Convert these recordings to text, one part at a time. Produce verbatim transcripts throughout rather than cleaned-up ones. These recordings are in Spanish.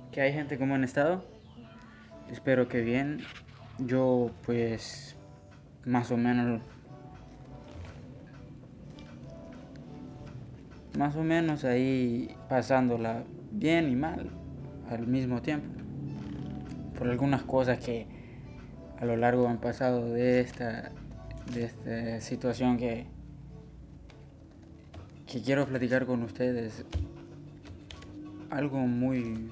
¿Qué hay, gente? ¿Cómo han estado? Espero que bien. Yo pues más o menos más o menos ahí pasándola bien y mal al mismo tiempo por algunas cosas que a lo largo han pasado de esta de esta situación que que quiero platicar con ustedes. Algo muy,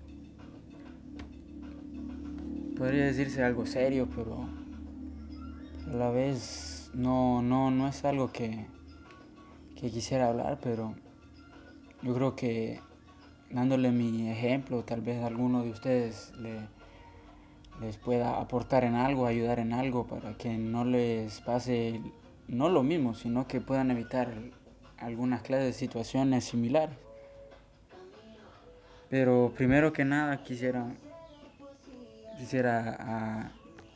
podría decirse algo serio, pero a la vez no no no es algo que que quisiera hablar, pero yo creo que dándole mi ejemplo, tal vez a alguno de ustedes le, les pueda aportar en algo, ayudar en algo para que no les pase no lo mismo, sino que puedan evitar algunas clases de situaciones similares. Pero primero que nada quisiera quisiera a,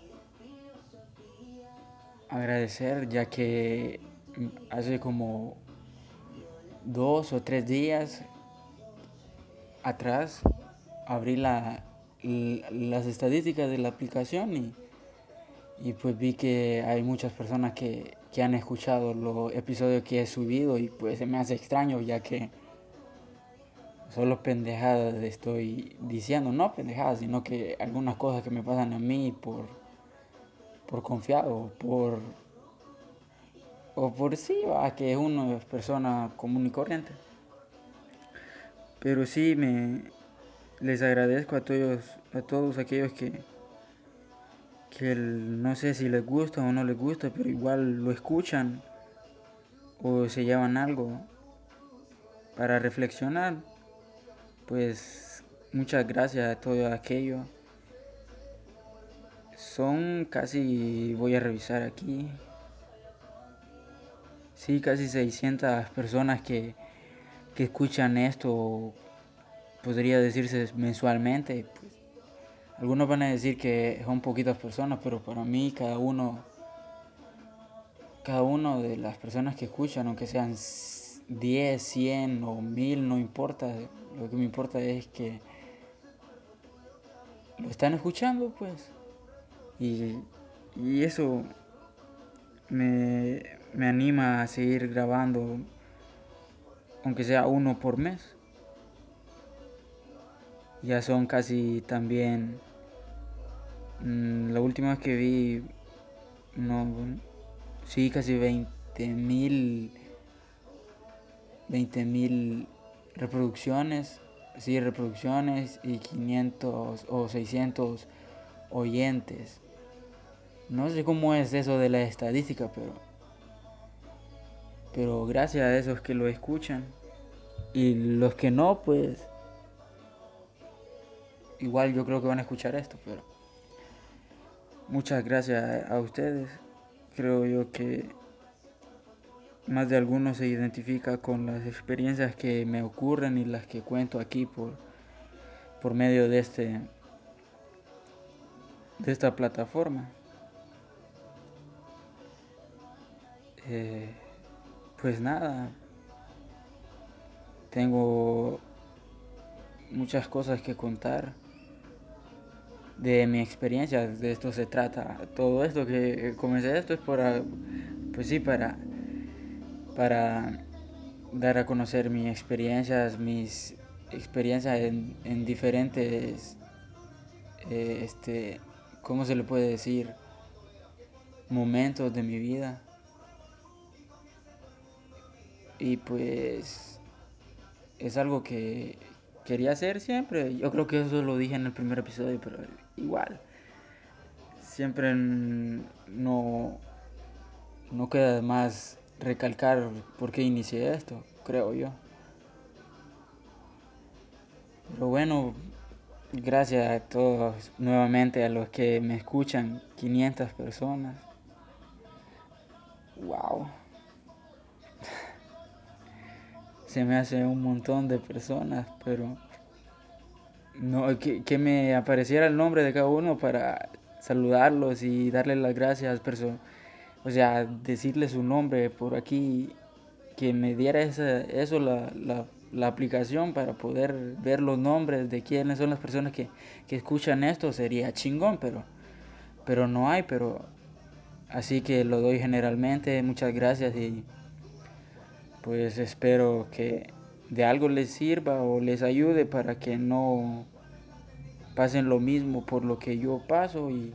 agradecer, ya que hace como dos o tres días atrás abrí la, las estadísticas de la aplicación y Y pues vi que hay muchas personas que, que han escuchado los episodios que he subido y pues se me hace extraño, ya que solo pendejadas estoy diciendo, no pendejadas, sino que algunas cosas que me pasan a mí por, por confiado, por, o por sí, va, que uno es persona común y corriente. Pero sí me les agradezco a todos, a todos aquellos que, que el- no sé si les gusta o no les gusta, pero igual lo escuchan o se llevan algo para reflexionar. Pues muchas gracias a todo aquello. Son casi, voy a revisar aquí, sí, casi seiscientas personas que, que escuchan esto, podría decirse mensualmente. Pues, algunos van a decir que son poquitas personas, pero para mí cada uno, cada uno de las personas que escuchan, aunque sean diez, cien o mil, no importa. Lo que me importa es que lo están escuchando, pues. Y, y eso me, me anima a seguir grabando, aunque sea uno por mes. Ya son casi también, mmm, la última vez que vi, no, sí, casi veinte mil, veinte mil reproducciones, sí, reproducciones y quinientos o seiscientos oyentes. No sé cómo es eso de la estadística, pero, pero gracias a esos que lo escuchan. Y los que no, pues igual yo creo que van a escuchar esto, pero muchas gracias a ustedes. Creo yo que más de alguno se identifica con las experiencias que me ocurren y las que cuento aquí por, por medio de, este, de esta plataforma. Eh, pues nada, tengo muchas cosas que contar de mi experiencia. De esto se trata. Todo esto que comencé esto es para, pues sí, para, para dar a conocer mis experiencias, mis experiencias en, en diferentes, eh, este, ¿cómo se le puede decir? Momentos de mi vida. Y pues es algo que quería hacer siempre. Yo creo que eso lo dije en el primer episodio, pero igual. Siempre no, no queda más recalcar por qué inicié esto, creo yo. Pero bueno, gracias a todos nuevamente, a los que me escuchan, quinientas personas. Wow, se me hace un montón de personas, pero no, que, que me apareciera el nombre de cada uno para saludarlos y darles las gracias, perso- o sea, decirles su nombre por aquí, que me diera esa, eso la, la la aplicación para poder ver los nombres de quiénes son las personas que, que escuchan esto sería chingón, pero, pero no hay, pero así que lo doy generalmente. Muchas gracias y pues espero que de algo les sirva o les ayude para que no pasen lo mismo por lo que yo paso y,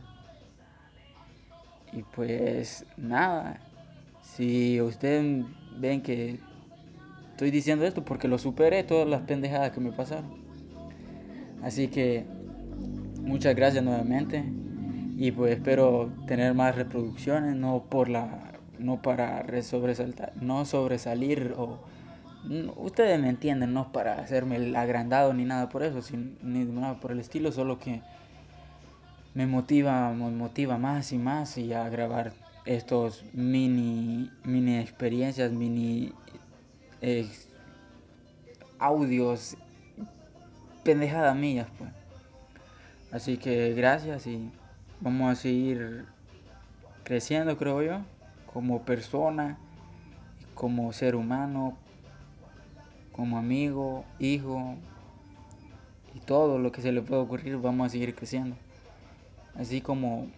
y pues nada, si ustedes ven que estoy diciendo esto porque lo superé todas las pendejadas que me pasaron. Así que muchas gracias nuevamente y pues espero tener más reproducciones, no por la no para sobresaltar, no sobresalir o ustedes me entienden, no para hacerme el agrandado ni nada por eso, sin, ni nada por el estilo, solo que me motiva, me motiva más y más y a grabar estos mini mini experiencias, mini eh, audios, pendejadas mías, pues. Así que gracias y vamos a seguir creciendo, creo yo, como persona, como ser humano, como amigo, hijo y todo lo que se le pueda ocurrir, vamos a seguir creciendo. Así como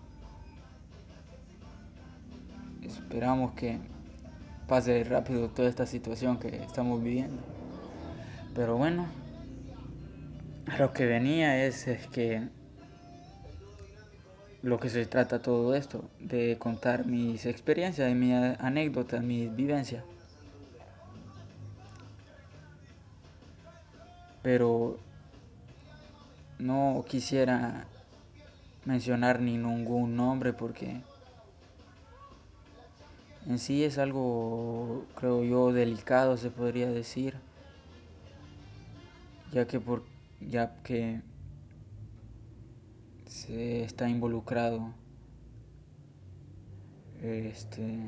esperamos que pase rápido toda esta situación que estamos viviendo. Pero bueno, a lo que venía es, es que lo que se trata todo esto, de contar mis experiencias, mis anécdotas, mis vivencias. Pero no quisiera mencionar ni ningún nombre porque en sí es algo, creo yo, delicado se podría decir, ya que por ya que se está involucrado este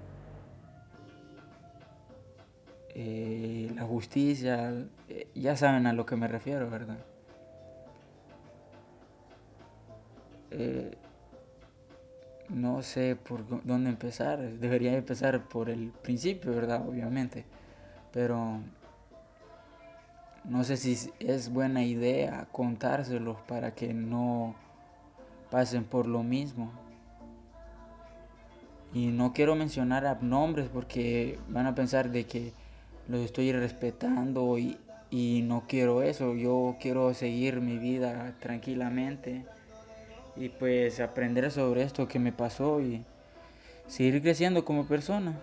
eh, la justicia, eh, ya saben a lo que me refiero, ¿verdad? Eh, no sé por dónde empezar, debería empezar por el principio, ¿verdad? Obviamente, pero no sé si es buena idea contárselos para que no pasen por lo mismo. Y no quiero mencionar a nombres porque van a pensar de que los estoy respetando y, y no quiero eso. Yo quiero seguir mi vida tranquilamente y pues aprender sobre esto que me pasó y seguir creciendo como persona.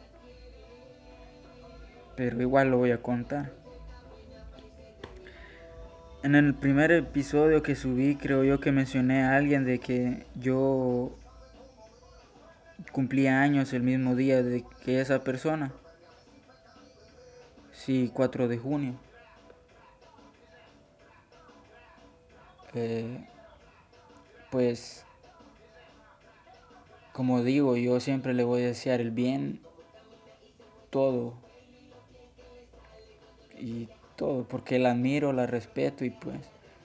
Pero igual lo voy a contar. En el primer episodio que subí creo yo que mencioné a alguien de que yo cumplía años el mismo día de que esa persona. Sí, cuatro de junio. Eh, pues como digo, yo siempre le voy a desear el bien, todo y todo, porque la admiro, la respeto y pues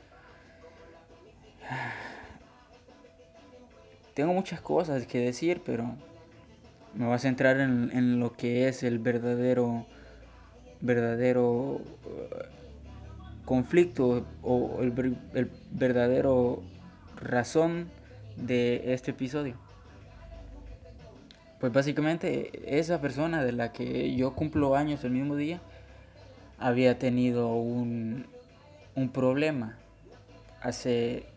tengo muchas cosas que decir, pero me voy a centrar en, en lo que es el verdadero, verdadero uh, conflicto o el, el verdadero razón de este episodio. Pues básicamente esa persona de la que yo cumplo años el mismo día había tenido un, un problema hace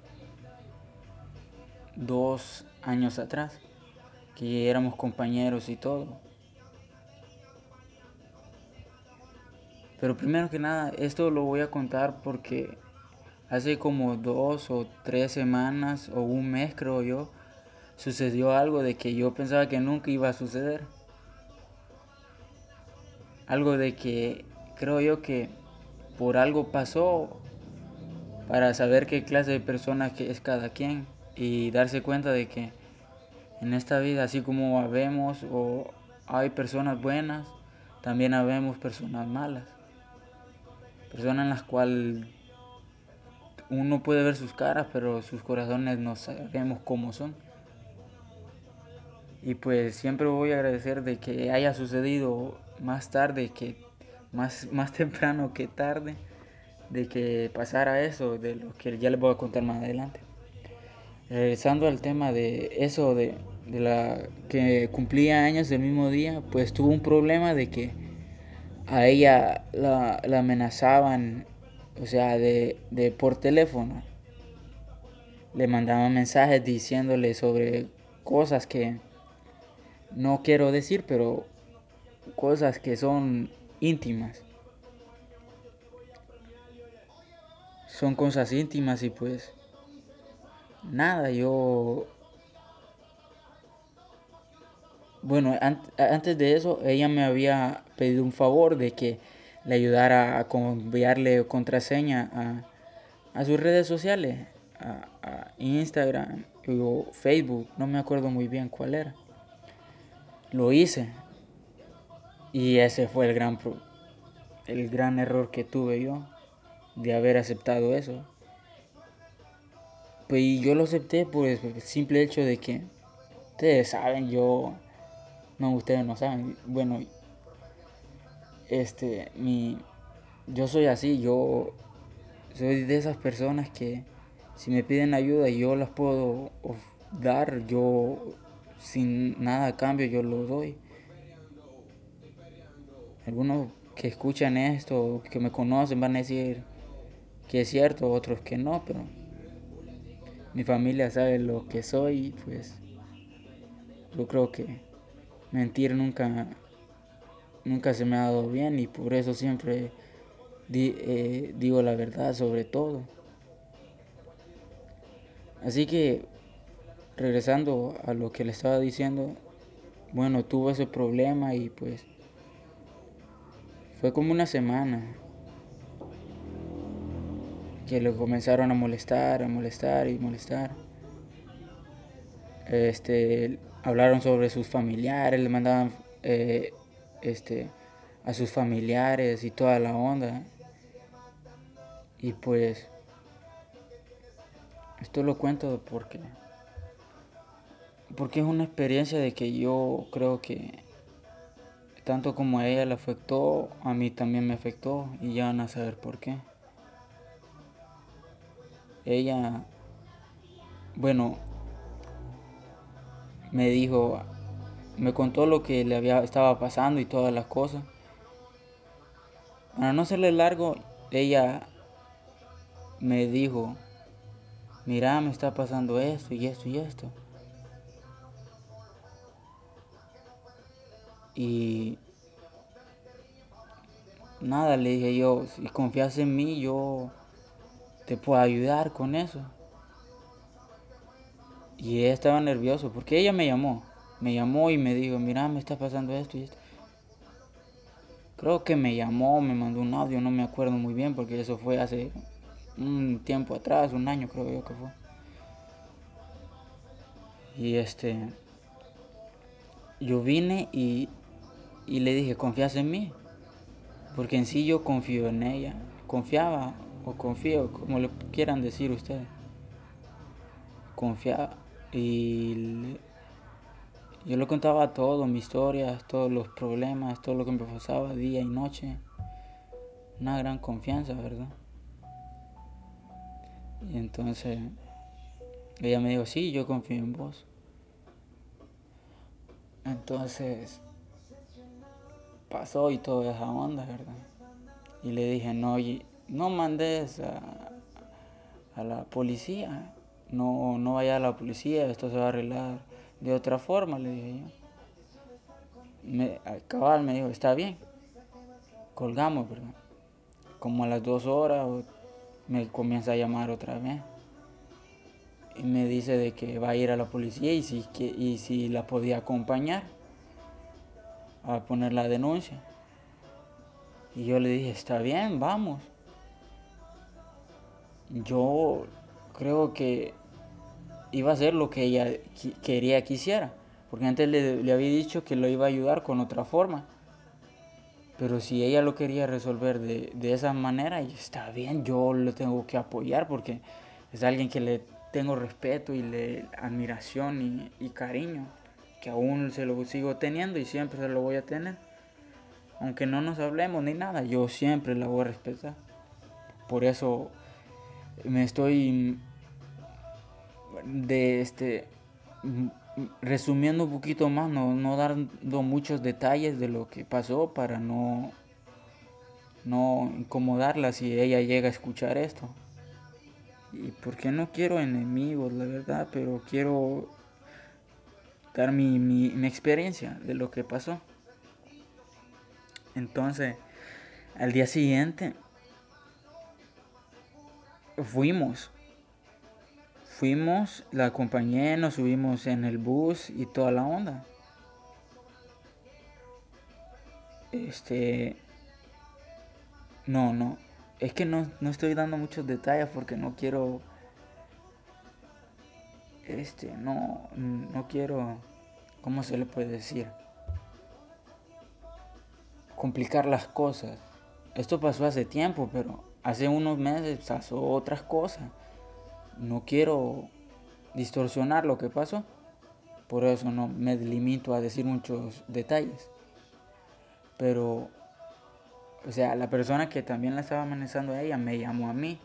dos años atrás, que éramos compañeros y todo. Pero primero que nada, esto lo voy a contar porque hace como dos o tres semanas o un mes creo yo, sucedió algo de que yo pensaba que nunca iba a suceder. Algo de que creo yo que por algo pasó para saber qué clase de persona que es cada quien y darse cuenta de que en esta vida, así como habemos o hay personas buenas, también habemos personas malas. Personas en las cuales uno puede ver sus caras, pero sus corazones no sabemos cómo son. Y pues siempre voy a agradecer de que haya sucedido más tarde que más, más temprano que tarde de que pasara eso, de lo que ya les voy a contar más adelante. Regresando al tema de eso, de, de la que cumplía años el mismo día, pues tuvo un problema de que a ella la, la amenazaban, o sea, de, de por teléfono. Le mandaban mensajes diciéndole sobre cosas que no quiero decir, pero cosas que son íntimas. Son cosas íntimas y pues nada, yo... Bueno, an- antes de eso ella me había pedido un favor de que le ayudara a enviarle contraseña a, a sus redes sociales, a, a Instagram o Facebook, no me acuerdo muy bien cuál era. Lo hice y ese fue el gran, pro- el gran error que tuve yo de haber aceptado eso. Pues y yo lo acepté por el simple hecho de que ustedes saben, yo, no, ustedes no saben, bueno, este, mi, yo soy así, yo soy de esas personas que si me piden ayuda y yo las puedo dar, yo sin nada a cambio yo lo doy. Algunos que escuchan esto, que me conocen, van a decir que es cierto, otros que no, pero mi familia sabe lo que soy, pues yo creo que mentir nunca, nunca se me ha dado bien y por eso siempre di- eh, digo la verdad sobre todo. Así que regresando a lo que le estaba diciendo, bueno, tuvo ese problema y pues fue como una semana que le comenzaron a molestar, a molestar y molestar. Este, hablaron sobre sus familiares, le mandaban eh, este, a sus familiares y toda la onda. Y pues esto lo cuento porque porque es una experiencia de que yo creo que tanto como a ella le afectó, a mí también me afectó y ya van a saber por qué. Ella, bueno, me dijo, me contó lo que le había estaba pasando y todas las cosas. Para no serle largo, ella me dijo, mira, me está pasando esto y esto y esto. Y nada, le dije yo, si confías en mí, yo te puedo ayudar con eso. Y ella estaba nervioso porque ella me llamó. Me llamó y me dijo, mira, me está pasando esto y esto. Creo que me llamó, me mandó un audio, no me acuerdo muy bien porque eso fue hace un tiempo atrás, un año creo yo que fue. Y este, yo vine y, y le dije, ¿confías en mí? Porque en sí yo confío en ella. Confiaba o confío, como le quieran decir ustedes. Confiaba. Y le- yo le contaba todo, mis historias, todos los problemas, todo lo que me pasaba día y noche. Una gran confianza, ¿verdad? Y entonces ella me dijo, sí, yo confío en vos. Entonces pasó y toda esa onda, ¿verdad? Y le dije, no, no mandes a, a la policía, no, no vaya a la policía, esto se va a arreglar de otra forma, le dije yo. Me, al cabal me dijo, está bien, colgamos, ¿verdad? Como a las dos horas me comienza a llamar otra vez y me dice de que va a ir a la policía y si, que, y si la podía acompañar a poner la denuncia. Y yo le dije, está bien, vamos. Yo creo que iba a hacer lo que ella quería que hiciera. Porque antes le, le había dicho que lo iba a ayudar con otra forma. Pero si ella lo quería resolver de, de esa manera, está bien, yo le tengo que apoyar porque es alguien que le tengo respeto y le admiración y, y cariño, que aún se lo sigo teniendo y siempre se lo voy a tener. Aunque no nos hablemos ni nada, yo siempre la voy a respetar. Por eso me estoy de este resumiendo un poquito más, no, no dando muchos detalles de lo que pasó para no, no incomodarla si ella llega a escuchar esto. Y porque no quiero enemigos, la verdad, pero quiero dar mi, mi, mi experiencia de lo que pasó. Entonces, al día siguiente fuimos, fuimos, la acompañé, nos subimos en el bus y toda la onda. Este, no, no, es que no, no estoy dando muchos detalles porque no quiero, este, no, no quiero, ¿cómo se le puede decir? Complicar las cosas. Esto pasó hace tiempo, pero hace unos meses pasó otras cosas. No quiero distorsionar lo que pasó. Por eso no me limito a decir muchos detalles. Pero, o sea, la persona que también la estaba amenazando a ella me llamó a mí.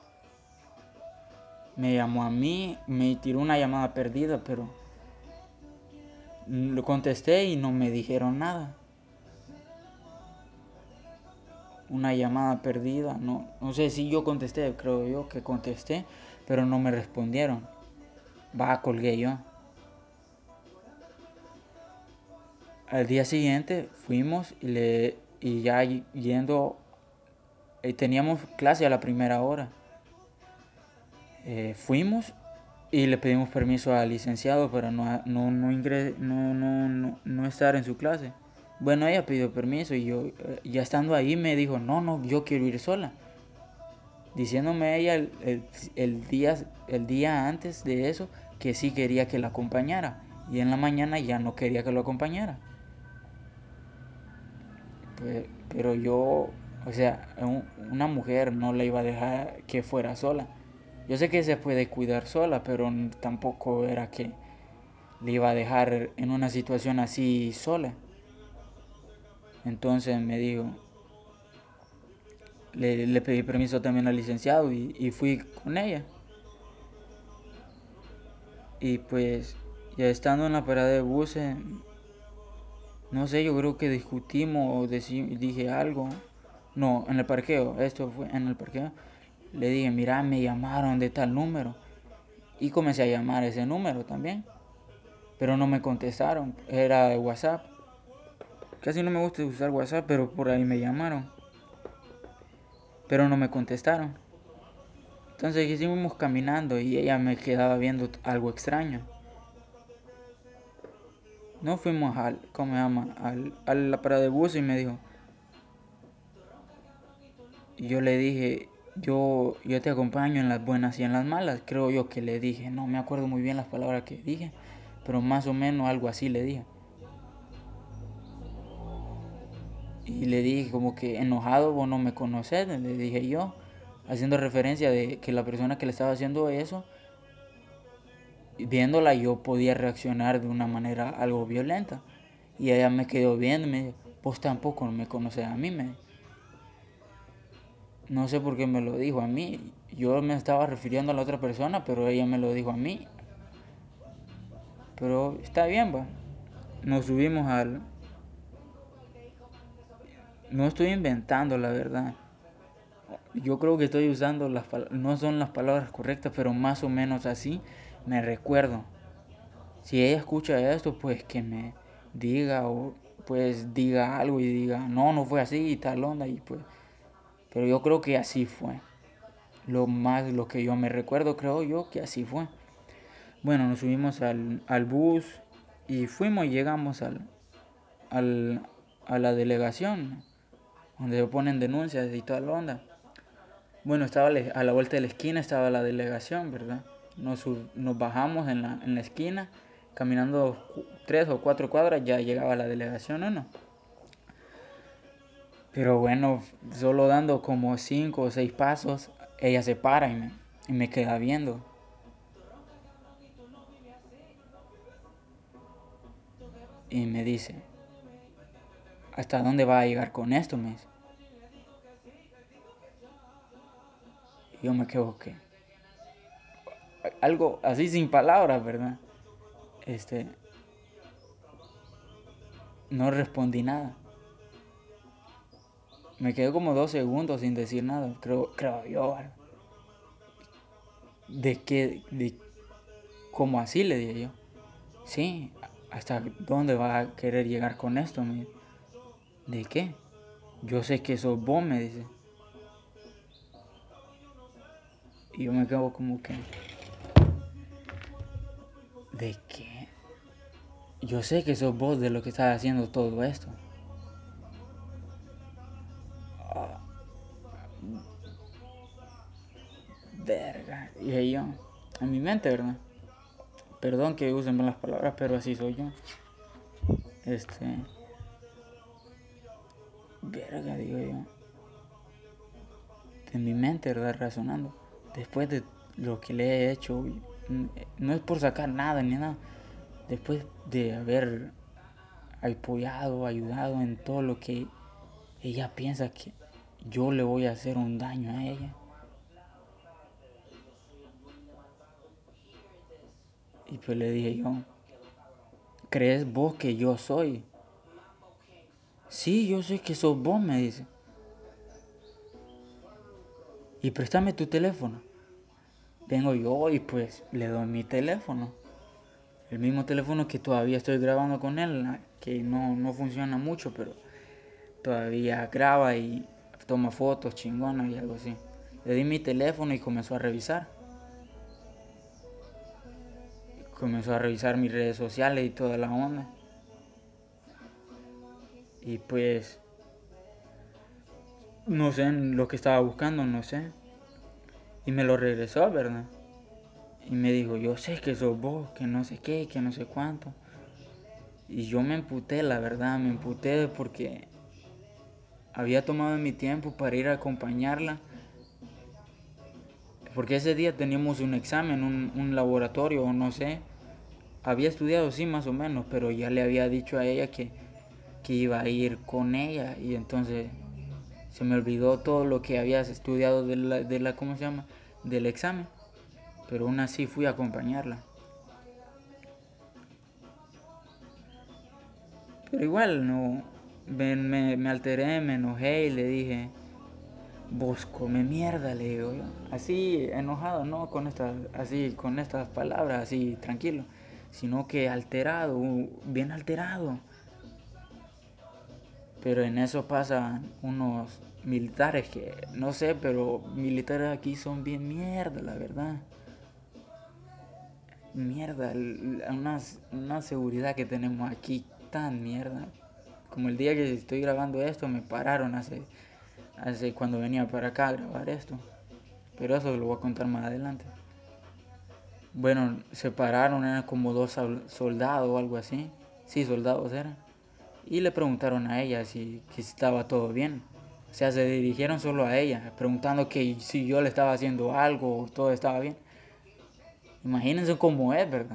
Me llamó a mí, me tiró una llamada perdida, pero lo contesté y no me dijeron nada. Una llamada perdida, no, no sé si yo contesté, creo yo que contesté, pero no me respondieron. Va, colgué yo. Al día siguiente fuimos y, le, y ya yendo, eh, teníamos clase a la primera hora. Eh, fuimos y le pedimos permiso al licenciado para no, no, no, ingres, no, no, no, no estar en su clase. Bueno, ella pidió permiso y yo, eh, ya estando ahí, me dijo, no, no, yo quiero ir sola. Diciéndome ella el, el, el, día, el día antes de eso que sí quería que la acompañara. Y en la mañana ya no quería que lo acompañara. Pues, pero yo, o sea, una mujer no la iba a dejar que fuera sola. Yo sé que se puede cuidar sola, pero tampoco era que le iba a dejar en una situación así sola. Entonces me dijo, le, le pedí permiso también al licenciado y, y fui con ella. Y pues ya estando en la parada de buses, no sé, yo creo que discutimos o dije algo. No, en el parqueo, esto fue en el parqueo. Le dije, mira, me llamaron de tal número. Y comencé a llamar ese número también. Pero no me contestaron, era de WhatsApp. Casi no me gusta usar WhatsApp, pero por ahí me llamaron. Pero no me contestaron. Entonces seguimos caminando y ella me quedaba viendo algo extraño. No fuimos al, ¿cómo se llama? Al, a la parada de bus y me dijo. Y yo le dije, yo, yo te acompaño en las buenas y en las malas. Creo yo que le dije, no me acuerdo muy bien las palabras que dije, pero más o menos algo así le dije. Y le dije como que enojado, vos no me conoces, le dije yo, haciendo referencia de que la persona que le estaba haciendo eso, viéndola yo podía reaccionar de una manera algo violenta. Y ella me quedó viendo y me dijo, vos tampoco me conoces a mí, me no sé por qué me lo dijo a mí. Yo me estaba refiriendo a la otra persona, pero ella me lo dijo a mí. Pero está bien, va. Nos subimos al... No estoy inventando, la verdad. Yo creo que estoy usando las palabras... No son las palabras correctas, pero más o menos así me recuerdo. Si ella escucha esto, pues que me diga o pues diga algo y diga, no, no fue así y tal onda y pues... Pero yo creo que así fue. Lo más, lo que yo me recuerdo, creo yo que así fue. Bueno, nos subimos al, al bus y fuimos y llegamos al, al, a la delegación, donde ponen denuncias y toda la onda. Bueno, estaba a la vuelta de la esquina, estaba la delegación, ¿verdad? Nos, nos bajamos en la, en la esquina, caminando tres o cuatro cuadras, ya llegaba la delegación, ¿o no? Pero bueno, solo dando como cinco o seis pasos, ella se para y me, y me queda viendo. Y me dice, ¿hasta dónde va a llegar con esto? Me dice. Y yo me quedo que... Algo así sin palabras, ¿verdad? Este... No respondí nada. Me quedé como dos segundos sin decir nada, creo, creo yo. ¿De qué? De, ¿Cómo así? Le dije yo. Sí, ¿hasta dónde va a querer llegar con esto? Me dice. ¿De qué? Yo sé que sos vos, me dice. Y yo me quedo como que... ¿De qué? Yo sé que sos vos de lo que estás haciendo todo esto. Oh, verga. Dije yo. En mi mente, ¿verdad? Perdón que usen las palabras, pero así soy yo. Este... Verga, digo yo. En mi mente, ¿verdad? Razonando. Después de lo que le he hecho, no es por sacar nada ni nada. Después de haber apoyado, ayudado en todo lo que ella piensa que yo le voy a hacer un daño a ella. Y pues le dije yo, ¿crees vos que yo soy? Sí, yo sé que sos vos, me dice. Y préstame tu teléfono. Vengo yo y pues le doy mi teléfono. El mismo teléfono que todavía estoy grabando con él, que no, no funciona mucho, pero todavía graba y toma fotos chingonas y algo así. Le di mi teléfono y comenzó a revisar. Comenzó a revisar mis redes sociales y toda la onda. Y pues, no sé lo que estaba buscando, no sé. Y me lo regresó, ¿verdad? Y me dijo, yo sé que sos vos, que no sé qué, que no sé cuánto. Y yo me emputé, la verdad, me emputé porque había tomado mi tiempo para ir a acompañarla. Porque ese día teníamos un examen, un, un laboratorio, o no sé. Había estudiado, sí, más o menos, pero ya le había dicho a ella que, que iba a ir con ella. Y entonces se me olvidó todo lo que había estudiado de la, de la ¿cómo se llama? Del examen. Pero aún así fui a acompañarla. Pero igual, no, me, me, me alteré, me enojé y le dije, vos come mierda, le digo yo. Así enojado, no con estas, así con estas palabras, así tranquilo, sino que alterado, bien alterado. Pero en eso pasan unos militares que, no sé, pero militares aquí son bien mierda, la verdad. Mierda, una, una seguridad que tenemos aquí tan mierda. Como el día que estoy grabando esto, me pararon hace, hace cuando venía para acá a grabar esto. Pero eso lo voy a contar más adelante. Bueno, se pararon, eran como dos soldados o algo así. Sí, soldados eran. Y le preguntaron a ella si, si estaba todo bien. O sea, se dirigieron solo a ella, preguntando que si yo le estaba haciendo algo o todo estaba bien. Imagínense cómo es, ¿verdad?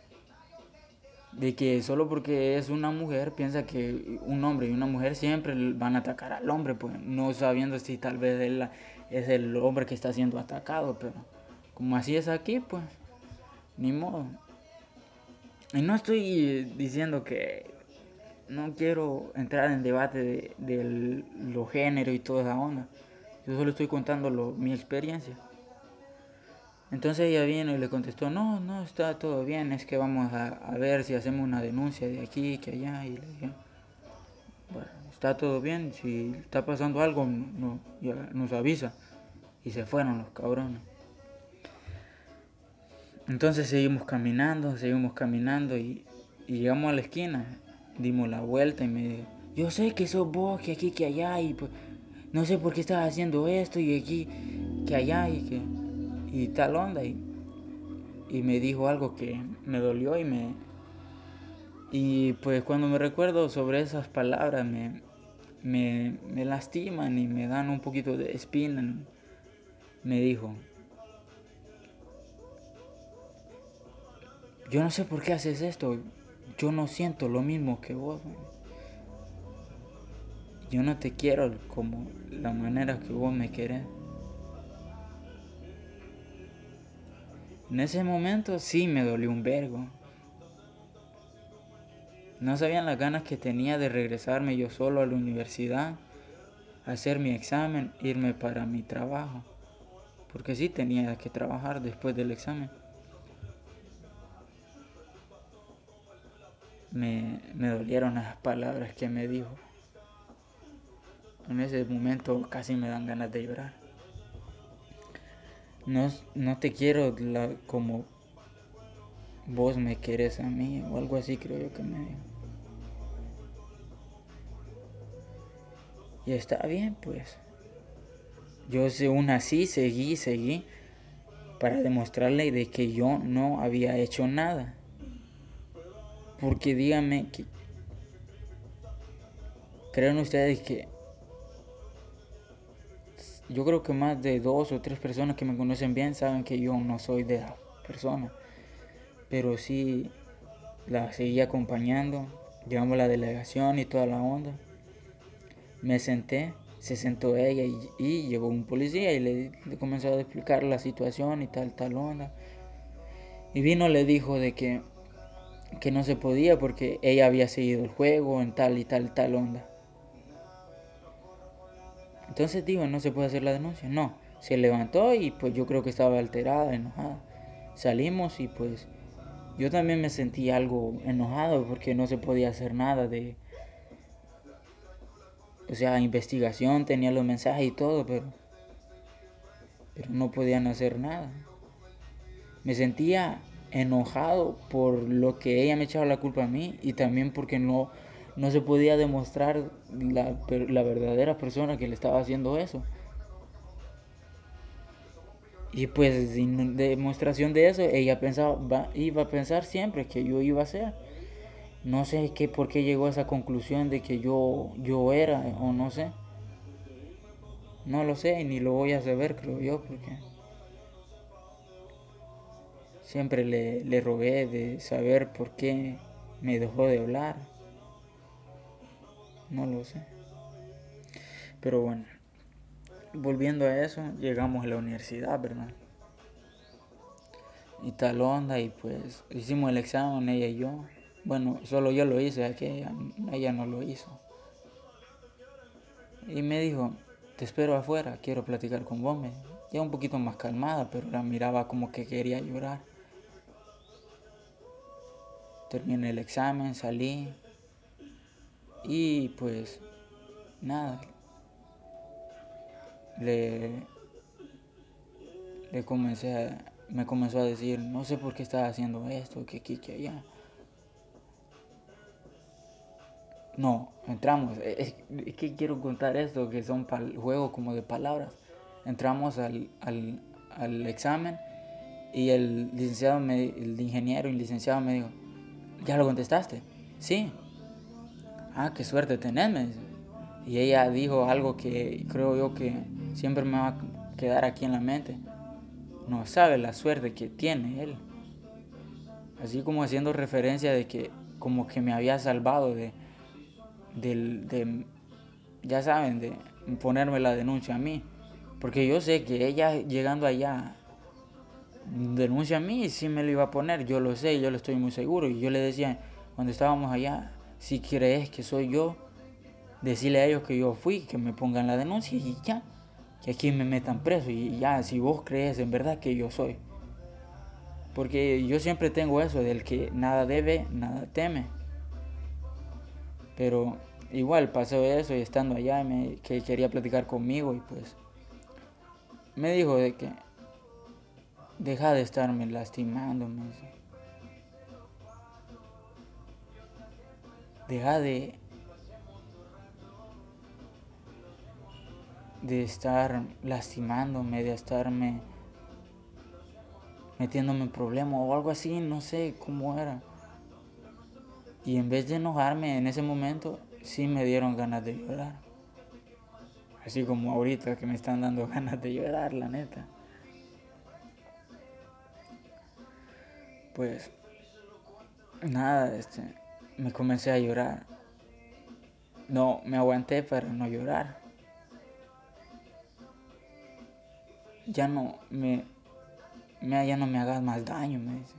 De que solo porque es una mujer piensa que un hombre y una mujer siempre van a atacar al hombre, pues no sabiendo si tal vez él es el hombre que está siendo atacado, pero como así es aquí, pues ni modo. Y no estoy diciendo que no quiero entrar en debate de, de los géneros y toda esa onda. Yo solo estoy contando lo, mi experiencia. Entonces ella vino y le contestó, no, no, está todo bien, es que vamos a, a ver si hacemos una denuncia de aquí, que allá. Y le dije, bueno, está todo bien, si está pasando algo, no, ya nos avisa. Y se fueron los cabrones. Entonces seguimos caminando, seguimos caminando y, y llegamos a la esquina. Dimos la vuelta y me dijo, yo sé que sos vos, que aquí, que allá, y pues no sé por qué estás haciendo esto y aquí, que allá y que... Y tal onda. Y, y me dijo algo que me dolió y me... Y pues cuando me recuerdo sobre esas palabras me, me, me lastiman y me dan un poquito de espina. Me dijo, yo no sé por qué haces esto, yo no siento lo mismo que vos. yo no te quiero como la manera que vos me querés. En ese momento sí me dolió un vergo. No sabían las ganas que tenía de regresarme yo solo a la universidad, hacer mi examen, irme para mi trabajo. Porque sí tenía que trabajar después del examen. Me, me dolieron las palabras que me dijo. En ese momento casi me dan ganas de llorar. No, no te quiero la, como vos me querés a mí, o algo así creo yo que me dijo. Y está bien, pues. Yo aún así seguí, seguí, para demostrarle de que yo no había hecho nada. Porque díganme, que, ¿creen ustedes que yo creo que más de dos o tres personas que me conocen bien saben que yo no soy de esa persona? Pero sí la seguí acompañando, llevamos la delegación y toda la onda. Me senté, se sentó ella y, y llegó un policía y le, le comenzó a explicar la situación y tal, tal onda. Y vino, le dijo de que, que no se podía porque ella había seguido el juego en tal y tal, tal onda. Entonces digo, no se puede hacer la denuncia. No, se levantó y pues yo creo que estaba alterada, enojada. Salimos y pues yo también me sentí algo enojado porque no se podía hacer nada de... O sea, investigación, tenía los mensajes y todo, pero, pero no podían hacer nada. Me sentía enojado por lo que ella me echaba la culpa a mí y también porque no, no se podía demostrar la, la verdadera persona que le estaba haciendo eso. Y pues en demostración de eso, ella pensaba, va, iba a pensar siempre que yo iba a ser. No sé qué, por qué llegó a esa conclusión de que yo, yo era o no sé. No lo sé y ni lo voy a saber, creo yo, porque siempre le, le rogué de saber por qué me dejó de hablar. No lo sé. Pero bueno, volviendo a eso, llegamos a la universidad, ¿verdad? Y tal onda, y pues hicimos el examen, ella y yo. Bueno, solo yo lo hice, que ella, ella no lo hizo. Y me dijo, te espero afuera, quiero platicar con vos. Me, ya un poquito más calmada, pero la miraba como que quería llorar. Terminé el examen, salí y pues nada, le, le comencé a, me comenzó a decir, no sé por qué estás haciendo esto, que aquí, que allá. No, entramos, es, es que quiero contar esto, que son pal, juegos como de palabras. Entramos al, al, al examen y el licenciado, me, el ingeniero y el licenciado me dijo, ¿ya lo contestaste? Sí. Ah, qué suerte tenés, me dice. Y ella dijo algo que creo yo que siempre me va a quedar aquí en la mente. No sabe la suerte que tiene él. Así como haciendo referencia de que como que me había salvado de, de, de ya saben, de ponerme la denuncia a mí. Porque yo sé que ella llegando allá denuncia a mí y sí me lo iba a poner. Yo lo sé, yo lo estoy muy seguro. Y yo le decía, cuando estábamos allá, si crees que soy yo, decirle a ellos que yo fui, que me pongan la denuncia y ya. Que aquí me metan preso y ya, si vos crees en verdad que yo soy. Porque yo siempre tengo eso, del que nada debe, nada teme. Pero igual pasó eso y estando allá me, que quería platicar conmigo y pues me dijo de que deja de estarme lastimando, me dice. Deja de, de estar lastimándome, de estarme metiéndome en problemas o algo así, no sé cómo era. Y en vez de enojarme en ese momento, sí me dieron ganas de llorar. Así como ahorita que me están dando ganas de llorar, la neta. Pues nada, este, me comencé a llorar. No, me aguanté para no llorar. Ya no me, me ya no me hagas más daño, me dice.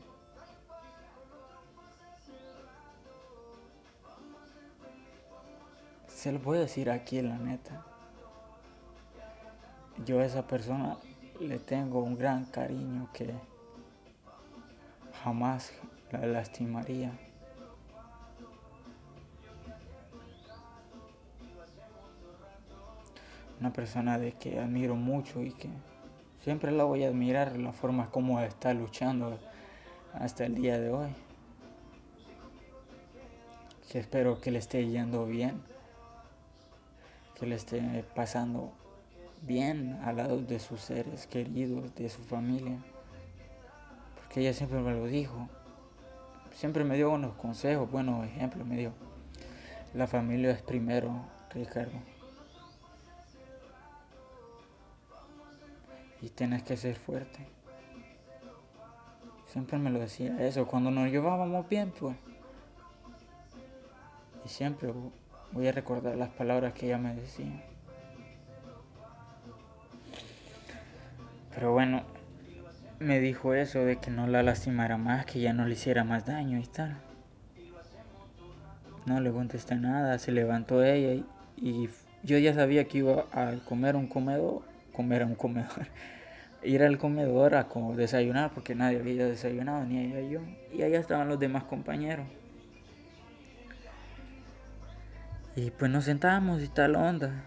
Se lo voy a decir aquí, la neta. Yo a esa persona le tengo un gran cariño que jamás la lastimaría. Una persona de que admiro mucho y que siempre la voy a admirar la forma como está luchando hasta el día de hoy. Que espero que le esté yendo bien, que le esté pasando bien al lado de sus seres queridos, de su familia. Porque ella siempre me lo dijo. Siempre me dio buenos consejos, buenos ejemplos. Me dijo, la familia es primero, Ricardo. Y tienes que ser fuerte. Siempre me lo decía eso. Cuando nos llevábamos bien, pues. Y siempre voy a recordar las palabras que ella me decía. Pero bueno, me dijo eso de que no la lastimara más, que ya no le hiciera más daño y tal. No le contesté nada, se levantó ella y, y yo ya sabía que iba a comer un comedor, comer a un comedor, ir al comedor a como desayunar porque nadie había desayunado, ni ella y yo. Y allá estaban los demás compañeros. Y pues nos sentábamos y tal onda.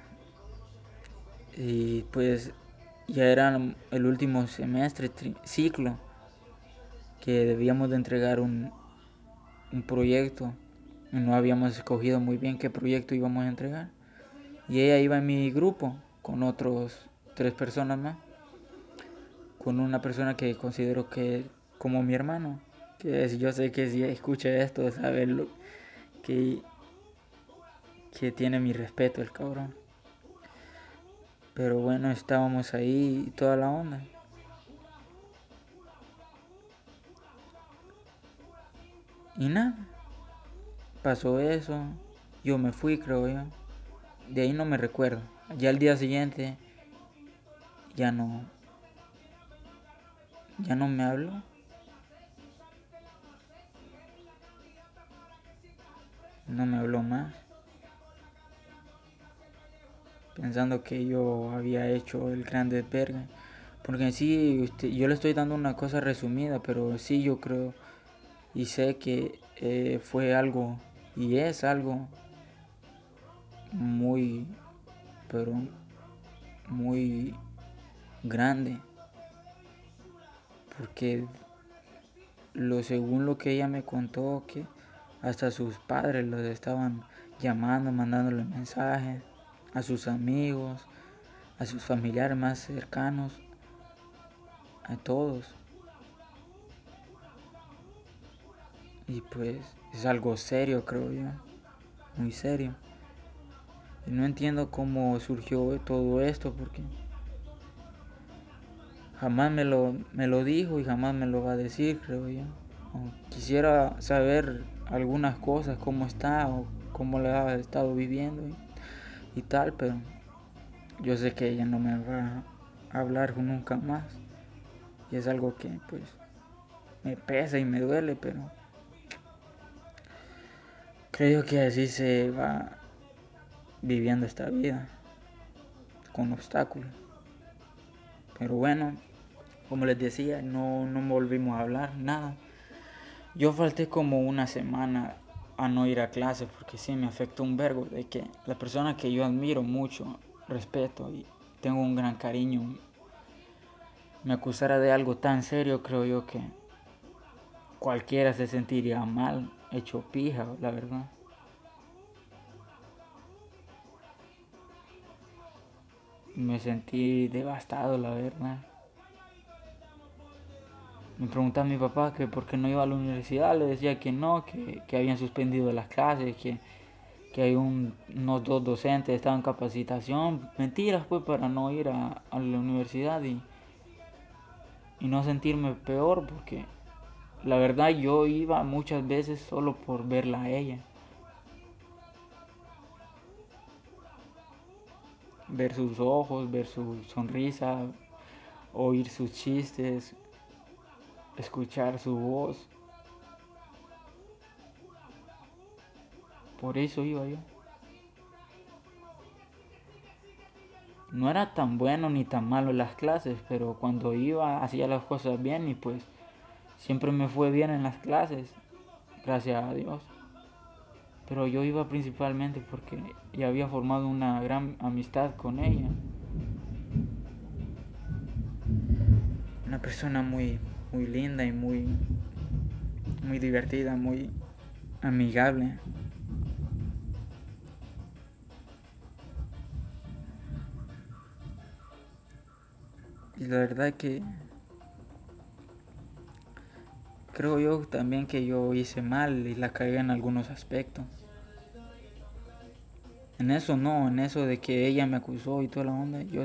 Y pues ya era el último semestre, tri- ciclo, que debíamos de entregar un, un proyecto. Y no habíamos escogido muy bien qué proyecto íbamos a entregar. Y ella iba en mi grupo con otros tres personas más. Con una persona que considero que como mi hermano. Que es, yo sé que si escucha esto, sabe lo, que, que tiene mi respeto el cabrón. Pero bueno, estábamos ahí y toda la onda. Y nada, pasó eso. Yo me fui, creo yo. De ahí no me recuerdo. Ya el día siguiente ya no, ya no me habló. No me habló más. Pensando que yo había hecho el gran desvergue. Porque en sí, usted, yo le estoy dando una cosa resumida, pero sí yo creo y sé que eh, fue algo y es algo muy, pero muy grande. Porque lo según lo que ella me contó, que hasta sus padres los estaban llamando, mandándole mensajes, a sus amigos, a sus familiares más cercanos, a todos. Y pues es algo serio, creo yo, muy serio. Y no entiendo cómo surgió todo esto porque jamás me lo, me lo dijo y jamás me lo va a decir, creo yo. O quisiera saber algunas cosas, cómo está o cómo le ha estado viviendo y, y tal, pero yo sé que ella no me va a hablar nunca más. Y es algo que pues me pesa y me duele, pero creo que así se va viviendo esta vida, con obstáculos. Pero bueno, como les decía, no, no volvimos a hablar, nada. Yo falté como una semana a no ir a clases porque sí me afectó un vergo de que la persona que yo admiro mucho, respeto y tengo un gran cariño, me acusara de algo tan serio, creo yo que cualquiera se sentiría mal, hecho pija, la verdad. Me sentí devastado, la verdad. Me preguntaba a mi papá que por qué no iba a la universidad, le decía que no, que, que habían suspendido las clases, que, que hay un, unos dos docentes que estaban en capacitación. Mentiras pues para no ir a, a la universidad y, y no sentirme peor porque la verdad yo iba muchas veces solo por verla a ella. ver sus ojos, ver su sonrisa, oír sus chistes, escuchar su voz. Por eso iba yo. No era tan bueno ni tan malo en las clases, pero cuando iba hacía las cosas bien y pues siempre me fue bien en las clases, gracias a Dios. Pero yo iba principalmente porque ya había formado una gran amistad con ella. Una persona muy, muy linda y muy, muy divertida, muy amigable. Y la verdad que creo yo también que yo hice mal y la cagué en algunos aspectos. En eso no, en eso de que ella me acusó y toda la onda. Yo,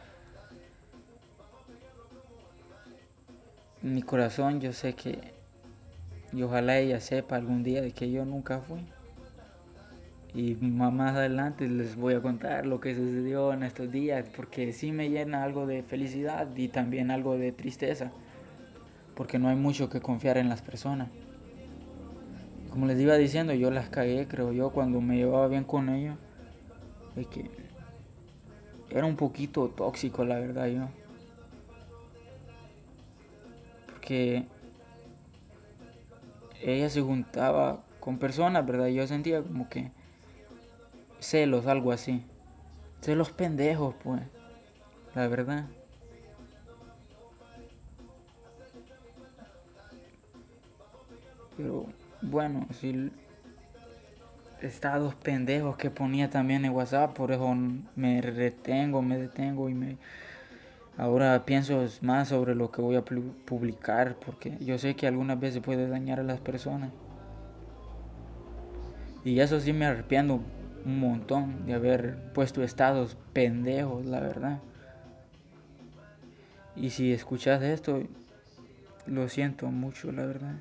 en mi corazón yo sé que, y ojalá ella sepa algún día de que yo nunca fui. Y más adelante les voy a contar lo que sucedió en estos días, porque sí me llena algo de felicidad y también algo de tristeza, porque no hay mucho que confiar en las personas. Como les iba diciendo, yo las cagué, creo yo, cuando me llevaba bien con ellos, de que era un poquito tóxico, la verdad, yo. Porque ella se juntaba con personas, ¿verdad? Yo sentía como que celos, algo así. Celos pendejos, pues, la verdad. Pero bueno, sí, estados pendejos que ponía también en WhatsApp, por eso me retengo, me detengo y me ahora pienso más sobre lo que voy a publicar, porque yo sé que algunas veces puede dañar a las personas. Y eso sí me arrepiento un montón de haber puesto estados pendejos, la verdad. Y si escuchas esto, lo siento mucho, la verdad.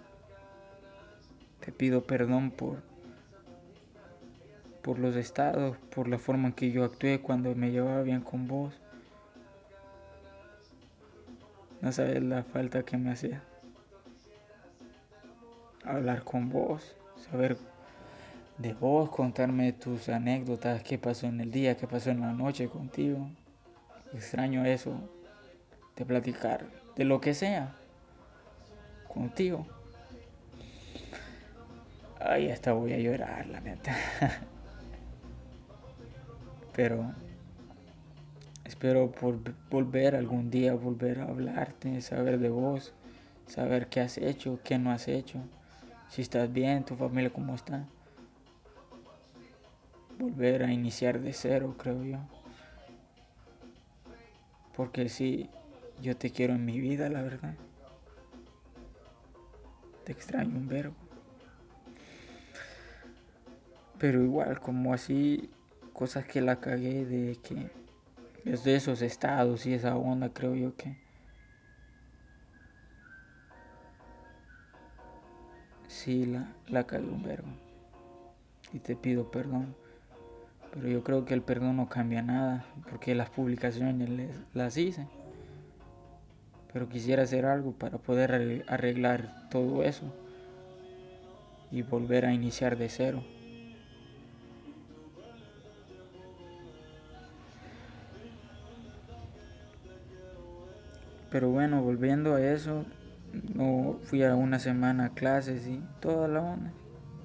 Te pido perdón por, por los estados, por la forma en que yo actué cuando me llevaba bien con vos. No sabes la falta que me hacía hablar con vos, saber de vos, contarme tus anécdotas, qué pasó en el día, qué pasó en la noche contigo. Extraño eso, de platicar de lo que sea contigo. Ay, hasta voy a llorar, la neta. Pero espero por volver algún día, volver a hablarte, saber de vos, saber qué has hecho, qué no has hecho, si estás bien, tu familia cómo está. Volver a iniciar de cero, creo yo. Porque sí, yo te quiero en mi vida, la verdad. Te extraño un verbo. Pero igual, como así, cosas que la cagué de que es de esos estados y esa onda, creo yo que sí la, la cagué un verbo. Y te pido perdón. Pero yo creo que el perdón no cambia nada, porque las publicaciones les, las hice. Pero quisiera hacer algo para poder arreglar todo eso y volver a iniciar de cero. Pero bueno, volviendo a eso, no fui a una semana a clases y toda la onda.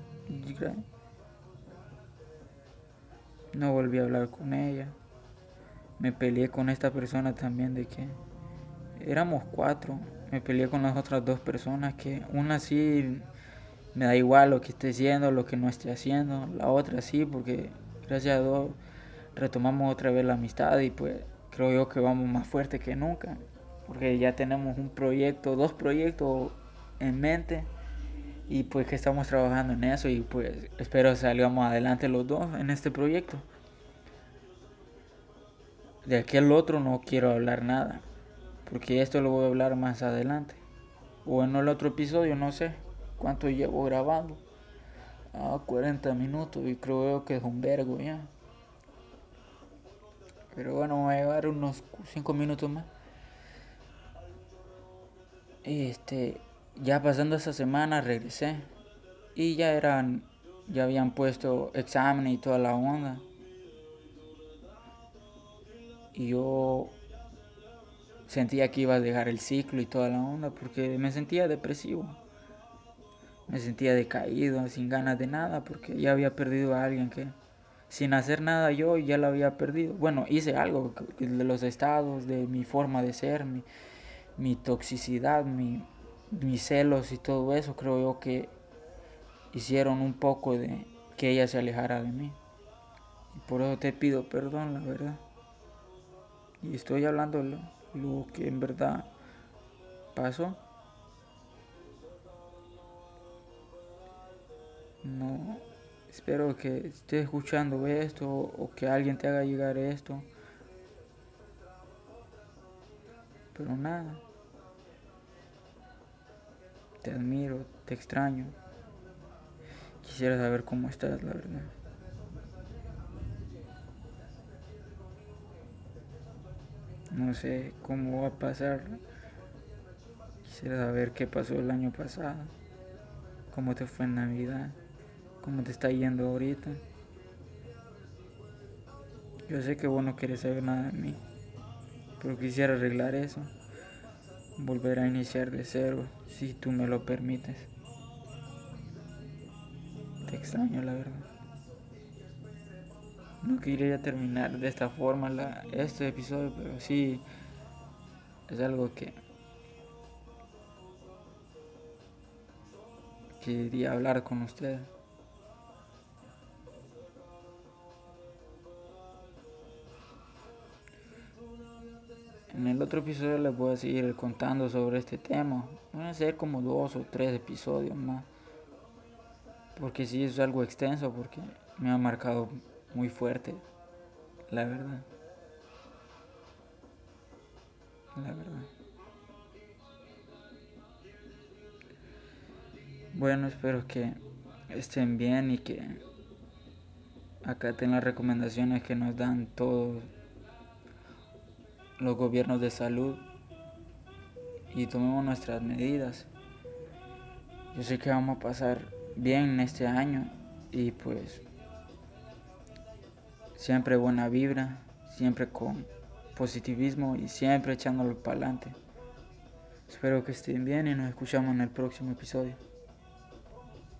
No volví a hablar con ella. Me peleé con esta persona también de que éramos cuatro. Me peleé con las otras dos personas que una sí me da igual lo que esté haciendo, lo que no esté haciendo. La otra sí, porque gracias a Dios retomamos otra vez la amistad y pues creo yo que vamos más fuerte que nunca. Porque ya tenemos un proyecto, dos proyectos en mente y pues que estamos trabajando en eso y pues espero salgamos adelante los dos en este proyecto. De aquel otro no quiero hablar nada, porque esto lo voy a hablar más adelante. O en el otro episodio, no sé cuánto llevo grabando. Ah, cuarenta minutos y creo que es un vergo ya. Pero bueno, me va a llevar unos cinco minutos más. Y este, ya pasando esa semana regresé. Y ya eran, ya habían puesto exámenes y toda la onda. Y yo sentía que iba a dejar el ciclo y toda la onda porque me sentía depresivo. Me sentía decaído, sin ganas de nada, porque ya había perdido a alguien que, sin hacer nada yo, ya lo había perdido. Bueno, hice algo de los estados, de mi forma de ser, mi, mi toxicidad, mi, mis celos y todo eso, creo yo que hicieron un poco de que ella se alejara de mí. Y por eso te pido perdón, la verdad. Y estoy hablando lo, lo que en verdad pasó. No, espero que estés escuchando esto o que alguien te haga llegar esto. Pero nada, te admiro, te extraño. Quisiera saber cómo estás, la verdad. No sé cómo va a pasar. Quisiera saber qué pasó el año pasado. Cómo te fue en Navidad. Cómo te está yendo ahorita. Yo sé que vos no quieres saber nada de mí. Pero quisiera arreglar eso. Volver a iniciar de cero. Si tú me lo permites. Te extraño, la verdad. No quería terminar de esta forma la, este episodio, pero sí es algo que quería hablar con ustedes. En el otro episodio les voy a seguir contando sobre este tema. Van a ser como dos o tres episodios más. Porque sí es algo extenso, porque me ha marcado muy fuerte, la verdad. La verdad. Bueno, espero que estén bien y que acaten las recomendaciones que nos dan todos los gobiernos de salud y tomemos nuestras medidas. Yo sé que vamos a pasar bien este año y pues siempre buena vibra, siempre con positivismo y siempre echándolo para adelante. Espero que estén bien y nos escuchamos en el próximo episodio.